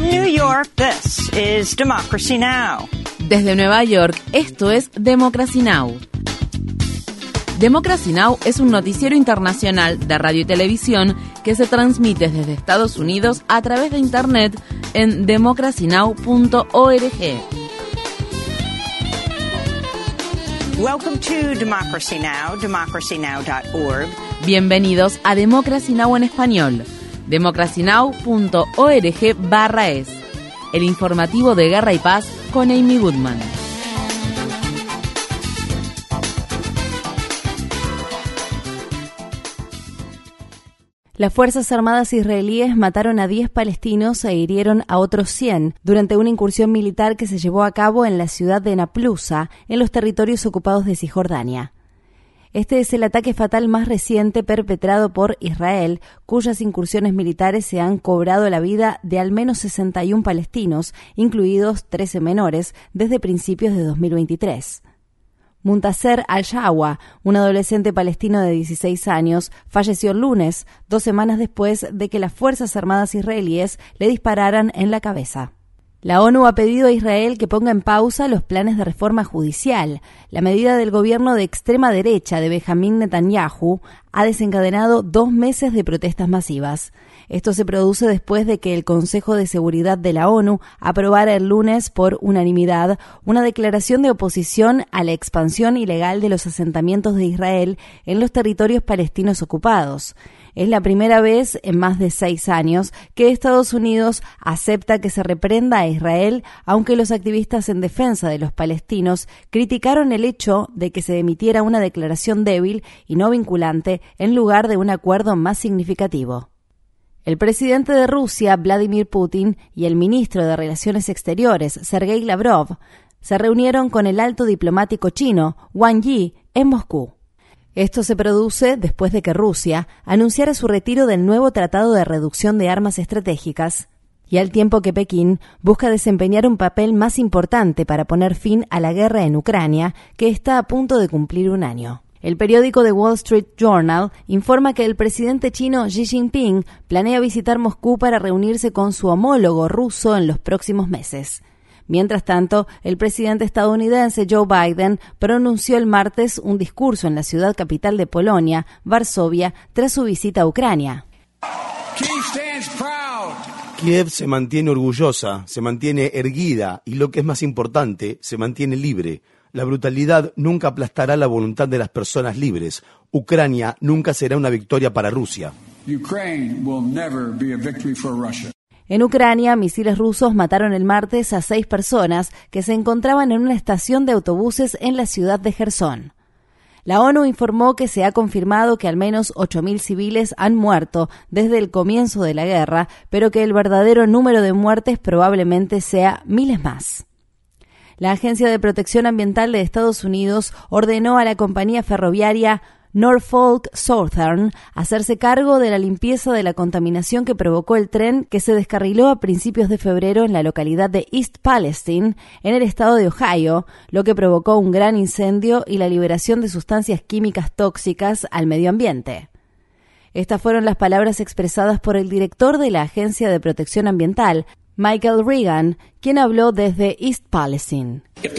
From New York, this is Democracy Now! Desde Nueva York, esto es Democracy Now! Democracy Now! Es un noticiero internacional de radio y televisión que se transmite desde Estados Unidos a través de Internet en democracynow.org. Welcome to Democracy Now!, democracynow.org. Bienvenidos a Democracy Now! En español, democracynow.org/es. El informativo de Guerra y Paz con Amy Goodman. Las Fuerzas Armadas israelíes mataron a 10 palestinos e hirieron a otros 100 durante una incursión militar que se llevó a cabo en la ciudad de Naplusa, en los territorios ocupados de Cisjordania. Este es el ataque fatal más reciente perpetrado por Israel, cuyas incursiones militares se han cobrado la vida de al menos 61 palestinos, incluidos 13 menores, desde principios de 2023. Muntaser al-Shawa, un adolescente palestino de 16 años, falleció el lunes, 2 semanas después de que las Fuerzas Armadas israelíes le dispararan en la cabeza. La ONU ha pedido a Israel que ponga en pausa los planes de reforma judicial. La medida del gobierno de extrema derecha de Benjamín Netanyahu ha desencadenado 2 meses de protestas masivas. Esto se produce después de que el Consejo de Seguridad de la ONU aprobara el lunes por unanimidad una declaración de oposición a la expansión ilegal de los asentamientos de Israel en los territorios palestinos ocupados. Es la primera vez en más de 6 años que Estados Unidos acepta que se reprenda a Israel, aunque los activistas en defensa de los palestinos criticaron el hecho de que se emitiera una declaración débil y no vinculante en lugar de un acuerdo más significativo. El presidente de Rusia, Vladimir Putin, y el ministro de Relaciones Exteriores, Sergei Lavrov, se reunieron con el alto diplomático chino, Wang Yi, en Moscú. Esto se produce después de que Rusia anunciara su retiro del nuevo Tratado de Reducción de Armas Estratégicas y al tiempo que Pekín busca desempeñar un papel más importante para poner fin a la guerra en Ucrania, que está a punto de cumplir 1 año. El periódico The Wall Street Journal informa que el presidente chino Xi Jinping planea visitar Moscú para reunirse con su homólogo ruso en los próximos meses. Mientras tanto, el presidente estadounidense Joe Biden pronunció el martes un discurso en la ciudad capital de Polonia, Varsovia, tras su visita a Ucrania. Kiev se mantiene orgullosa, se mantiene erguida y, lo que es más importante, se mantiene libre. La brutalidad nunca aplastará la voluntad de las personas libres. Ucrania nunca será una victoria para Rusia. En Ucrania, misiles rusos mataron el martes a 6 personas que se encontraban en una estación de autobuses en la ciudad de Jersón. La ONU informó que se ha confirmado que al menos 8.000 civiles han muerto desde el comienzo de la guerra, pero que el verdadero número de muertes probablemente sea miles más. La Agencia de Protección Ambiental de Estados Unidos ordenó a la compañía ferroviaria Norfolk Southern hacerse cargo de la limpieza de la contaminación que provocó el tren que se descarriló a principios de febrero en la localidad de East Palestine, en el estado de Ohio, lo que provocó un gran incendio y la liberación de sustancias químicas tóxicas al medio ambiente. Estas fueron las palabras expresadas por el director de la Agencia de Protección Ambiental, Michael Regan, quien habló desde East Palestine.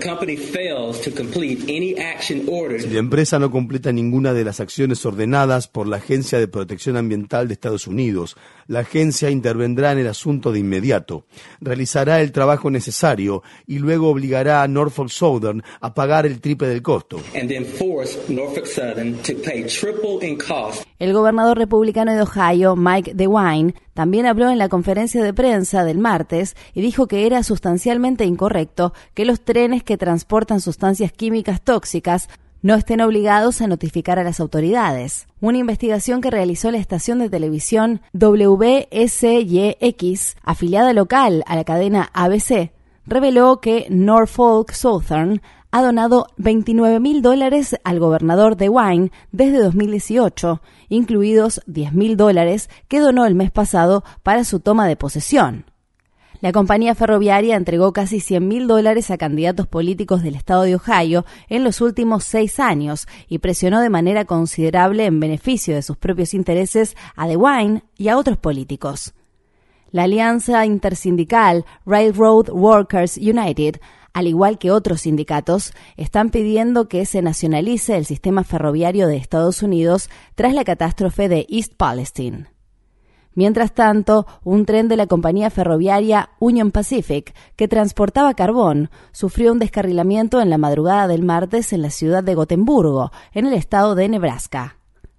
Si la empresa no completa ninguna de las acciones ordenadas por la Agencia de Protección Ambiental de Estados Unidos, la agencia intervendrá en el asunto de inmediato, realizará el trabajo necesario y luego obligará a Norfolk Southern a pagar el triple del costo. El gobernador republicano de Ohio, Mike DeWine, también habló en la conferencia de prensa del martes y dijo que era sustancialmente incorrecto que los trenes que transportan sustancias químicas tóxicas no estén obligados a notificar a las autoridades. Una investigación que realizó la estación de televisión WSYX, afiliada local a la cadena ABC, reveló que Norfolk Southern ha donado $29,000 al gobernador DeWine desde 2018, incluidos $10,000 que donó el mes pasado para su toma de posesión. La compañía ferroviaria entregó casi $100,000 a candidatos políticos del estado de Ohio en los últimos 6 años y presionó de manera considerable en beneficio de sus propios intereses a DeWine y a otros políticos. La alianza intersindical Railroad Workers United, al igual que otros sindicatos, están pidiendo que se nacionalice el sistema ferroviario de Estados Unidos tras la catástrofe de East Palestine. Mientras tanto, un tren de la compañía ferroviaria Union Pacific, que transportaba carbón, sufrió un descarrilamiento en la madrugada del martes en la ciudad de Gotemburgo, en el estado de Nebraska.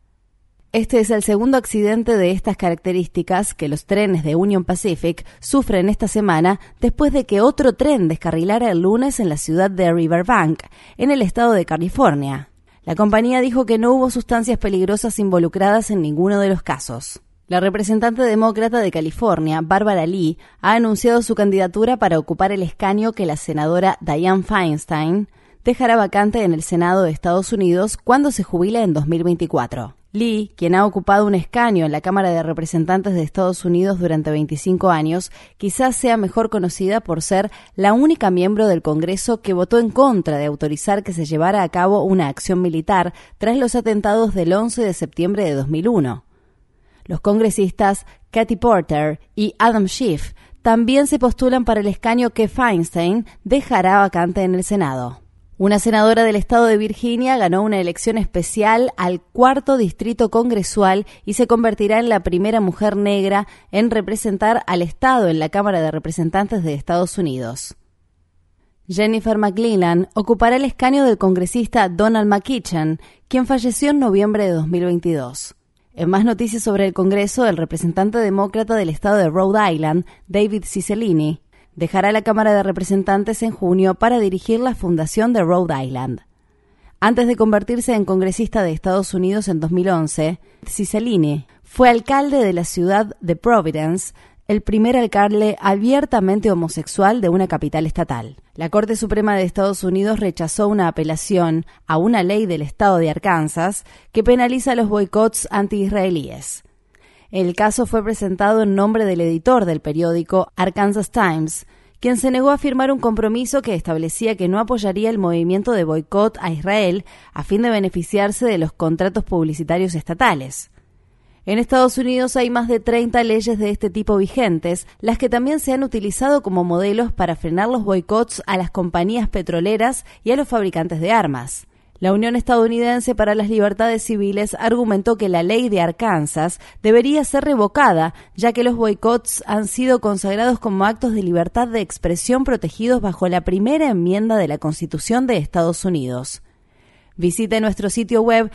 Este es el segundo accidente de estas características que los trenes de Union Pacific sufren esta semana después de que otro tren descarrilara el lunes en la ciudad de Riverbank, en el estado de California. La compañía dijo que no hubo sustancias peligrosas involucradas en ninguno de los casos. La representante demócrata de California, Barbara Lee, ha anunciado su candidatura para ocupar el escaño que la senadora Dianne Feinstein dejará vacante en el Senado de Estados Unidos cuando se jubile en 2024. Lee, quien ha ocupado un escaño en la Cámara de Representantes de Estados Unidos durante 25 años, quizás sea mejor conocida por ser la única miembro del Congreso que votó en contra de autorizar que se llevara a cabo una acción militar tras los atentados del 11 de septiembre de 2001. Los congresistas Kathy Porter y Adam Schiff también se postulan para el escaño que Feinstein dejará vacante en el Senado. Una senadora del estado de Virginia ganó una elección especial al 4º distrito congresual y se convertirá en la primera mujer negra en representar al estado en la Cámara de Representantes de Estados Unidos. Jennifer McClellan ocupará el escaño del congresista Donald McEachin, quien falleció en noviembre de 2022. En más noticias sobre el Congreso, el representante demócrata del estado de Rhode Island, David Cicilline, dejará la Cámara de Representantes en junio para dirigir la fundación de Rhode Island. Antes de convertirse en congresista de Estados Unidos en 2011, Cicilline fue alcalde de la ciudad de Providence, el primer alcalde abiertamente homosexual de una capital estatal. La Corte Suprema de Estados Unidos rechazó una apelación a una ley del estado de Arkansas que penaliza los boicots anti-israelíes. El caso fue presentado en nombre del editor del periódico Arkansas Times, quien se negó a firmar un compromiso que establecía que no apoyaría el movimiento de boicot a Israel a fin de beneficiarse de los contratos publicitarios estatales. En Estados Unidos hay más de 30 leyes de este tipo vigentes, las que también se han utilizado como modelos para frenar los boicots a las compañías petroleras y a los fabricantes de armas. La Unión Estadounidense para las Libertades Civiles argumentó que la ley de Arkansas debería ser revocada, ya que los boicots han sido consagrados como actos de libertad de expresión protegidos bajo la primera enmienda de la Constitución de Estados Unidos. Visite nuestro sitio web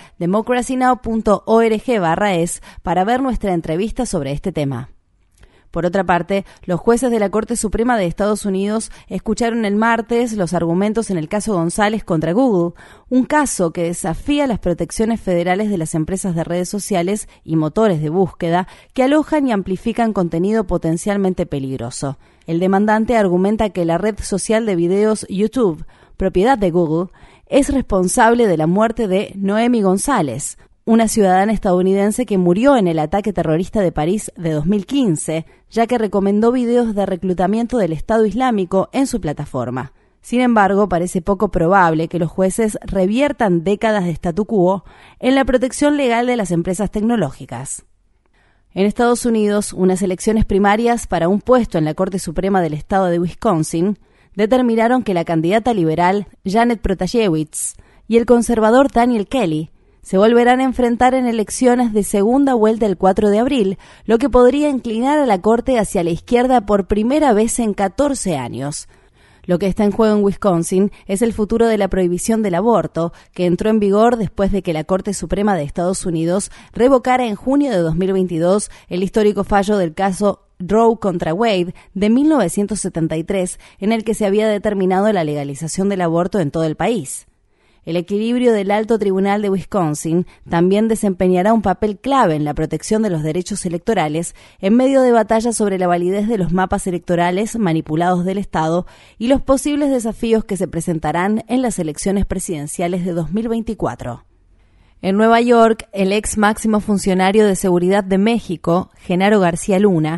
democracynow.org/es para ver nuestra entrevista sobre este tema. Por otra parte, los jueces de la Corte Suprema de Estados Unidos escucharon el martes los argumentos en el caso González contra Google, un caso que desafía las protecciones federales de las empresas de redes sociales y motores de búsqueda que alojan y amplifican contenido potencialmente peligroso. El demandante argumenta que la red social de videos YouTube, propiedad de Google, es responsable de la muerte de Noemi González, una ciudadana estadounidense que murió en el ataque terrorista de París de 2015, ya que recomendó videos de reclutamiento del Estado Islámico en su plataforma. Sin embargo, parece poco probable que los jueces reviertan décadas de statu quo en la protección legal de las empresas tecnológicas. En Estados Unidos, unas elecciones primarias para un puesto en la Corte Suprema del Estado de Wisconsin determinaron que la candidata liberal Janet Protasiewicz y el conservador Daniel Kelly se volverán a enfrentar en elecciones de segunda vuelta el 4 de abril, lo que podría inclinar a la Corte hacia la izquierda por primera vez en 14 años. Lo que está en juego en Wisconsin es el futuro de la prohibición del aborto, que entró en vigor después de que la Corte Suprema de Estados Unidos revocara en junio de 2022 el histórico fallo del caso Roe contra Wade de 1973, en el que se había determinado la legalización del aborto en todo el país. El equilibrio del Alto Tribunal de Wisconsin también desempeñará un papel clave en la protección de los derechos electorales en medio de batallas sobre la validez de los mapas electorales manipulados del Estado y los posibles desafíos que se presentarán en las elecciones presidenciales de 2024. En Nueva York, el ex máximo funcionario de seguridad de México, Genaro García Luna,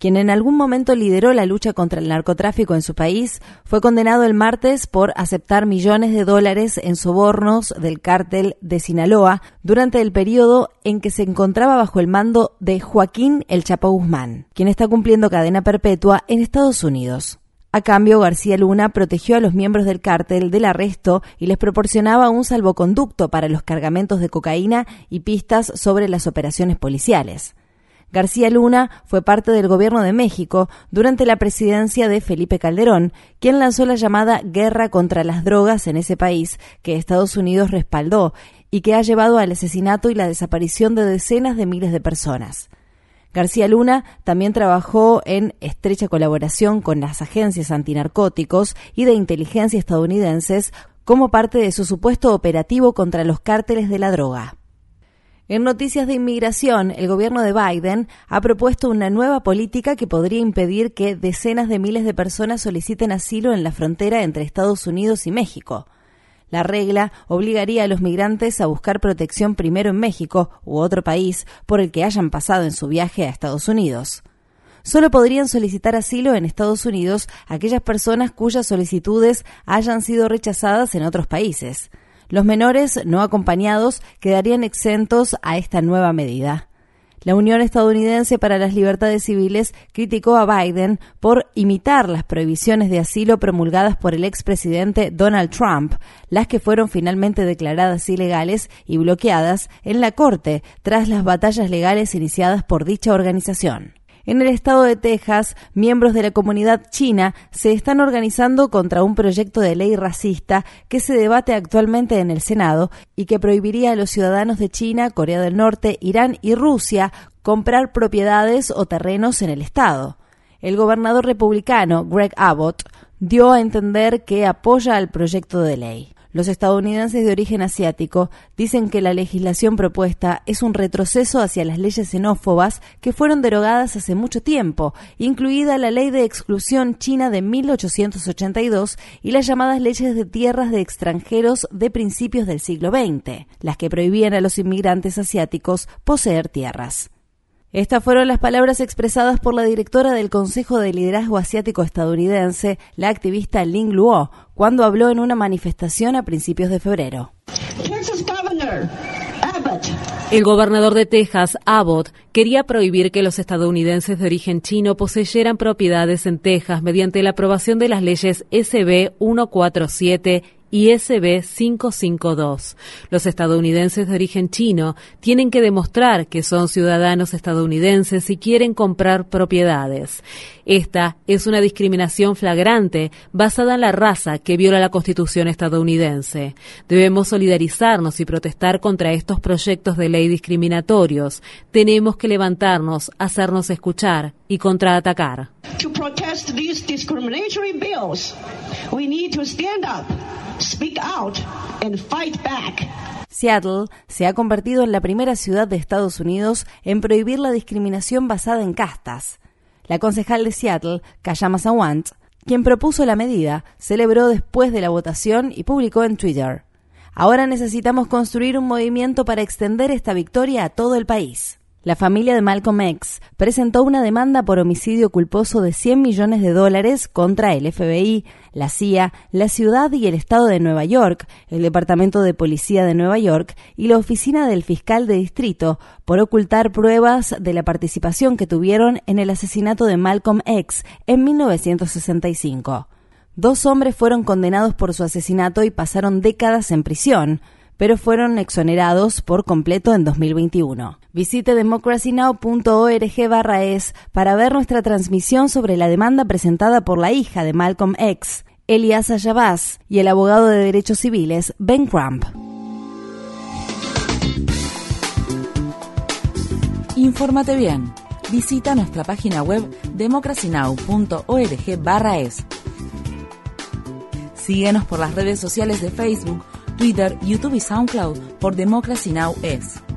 quien en algún momento lideró la lucha contra el narcotráfico en su país, fue condenado el martes por aceptar millones de dólares en sobornos del cártel de Sinaloa durante el periodo en que se encontraba bajo el mando de Joaquín El Chapo Guzmán, quien está cumpliendo cadena perpetua en Estados Unidos. A cambio, García Luna protegió a los miembros del cártel del arresto y les proporcionaba un salvoconducto para los cargamentos de cocaína y pistas sobre las operaciones policiales. García Luna fue parte del gobierno de México durante la presidencia de Felipe Calderón, quien lanzó la llamada guerra contra las drogas en ese país, que Estados Unidos respaldó y que ha llevado al asesinato y la desaparición de decenas de miles de personas. García Luna también trabajó en estrecha colaboración con las agencias antinarcóticos y de inteligencia estadounidenses como parte de su supuesto operativo contra los cárteles de la droga. En noticias de inmigración, el gobierno de Biden ha propuesto una nueva política que podría impedir que decenas de miles de personas soliciten asilo en la frontera entre Estados Unidos y México. La regla obligaría a los migrantes a buscar protección primero en México u otro país por el que hayan pasado en su viaje a Estados Unidos. Solo podrían solicitar asilo en Estados Unidos aquellas personas cuyas solicitudes hayan sido rechazadas en otros países. Los menores no acompañados quedarían exentos a esta nueva medida. La Unión Estadounidense para las Libertades Civiles criticó a Biden por imitar las prohibiciones de asilo promulgadas por el expresidente Donald Trump, las que fueron finalmente declaradas ilegales y bloqueadas en la Corte tras las batallas legales iniciadas por dicha organización. En el estado de Texas, miembros de la comunidad china se están organizando contra un proyecto de ley racista que se debate actualmente en el Senado y que prohibiría a los ciudadanos de China, Corea del Norte, Irán y Rusia comprar propiedades o terrenos en el estado. El gobernador republicano Greg Abbott dio a entender que apoya al proyecto de ley. Los estadounidenses de origen asiático dicen que la legislación propuesta es un retroceso hacia las leyes xenófobas que fueron derogadas hace mucho tiempo, incluida la Ley de Exclusión China de 1882 y las llamadas leyes de tierras de extranjeros de principios del siglo XX, las que prohibían a los inmigrantes asiáticos poseer tierras. Estas fueron las palabras expresadas por la directora del Consejo de Liderazgo Asiático estadounidense, la activista Ling Luo, cuando habló en una manifestación a principios de febrero. El gobernador de Texas, Abbott, quería prohibir que los estadounidenses de origen chino poseyeran propiedades en Texas mediante la aprobación de las leyes SB 147 y SB 552. Los estadounidenses de origen chino tienen que demostrar que son ciudadanos estadounidenses si quieren comprar propiedades. Esta es una discriminación flagrante basada en la raza que viola la Constitución estadounidense. Debemos solidarizarnos y protestar contra estos proyectos de ley discriminatorios. Tenemos que levantarnos, hacernos escuchar y contraatacar. To protest these discriminatory bills, we need to stand up, speak out and fight back. Seattle se ha convertido en la primera ciudad de Estados Unidos en prohibir la discriminación basada en castas. La concejal de Seattle, Kayama Sawant, quien propuso la medida, celebró después de la votación y publicó en Twitter: "Ahora necesitamos construir un movimiento para extender esta victoria a todo el país". La familia de Malcolm X presentó una demanda por homicidio culposo de $100 millones contra el FBI, la CIA, la ciudad y el estado de Nueva York, el Departamento de Policía de Nueva York y la oficina del fiscal de distrito por ocultar pruebas de la participación que tuvieron en el asesinato de Malcolm X en 1965. 2 hombres fueron condenados por su asesinato y pasaron décadas en prisión, pero fueron exonerados por completo en 2021. Visite democracynow.org/es para ver nuestra transmisión sobre la demanda presentada por la hija de Malcolm X, Eliasa Shabazz, y el abogado de derechos civiles, Ben Crump. Infórmate bien. Visita nuestra página web democracynow.org/es. Síguenos por las redes sociales de Facebook, Twitter, YouTube y SoundCloud por Democracy Now! Es.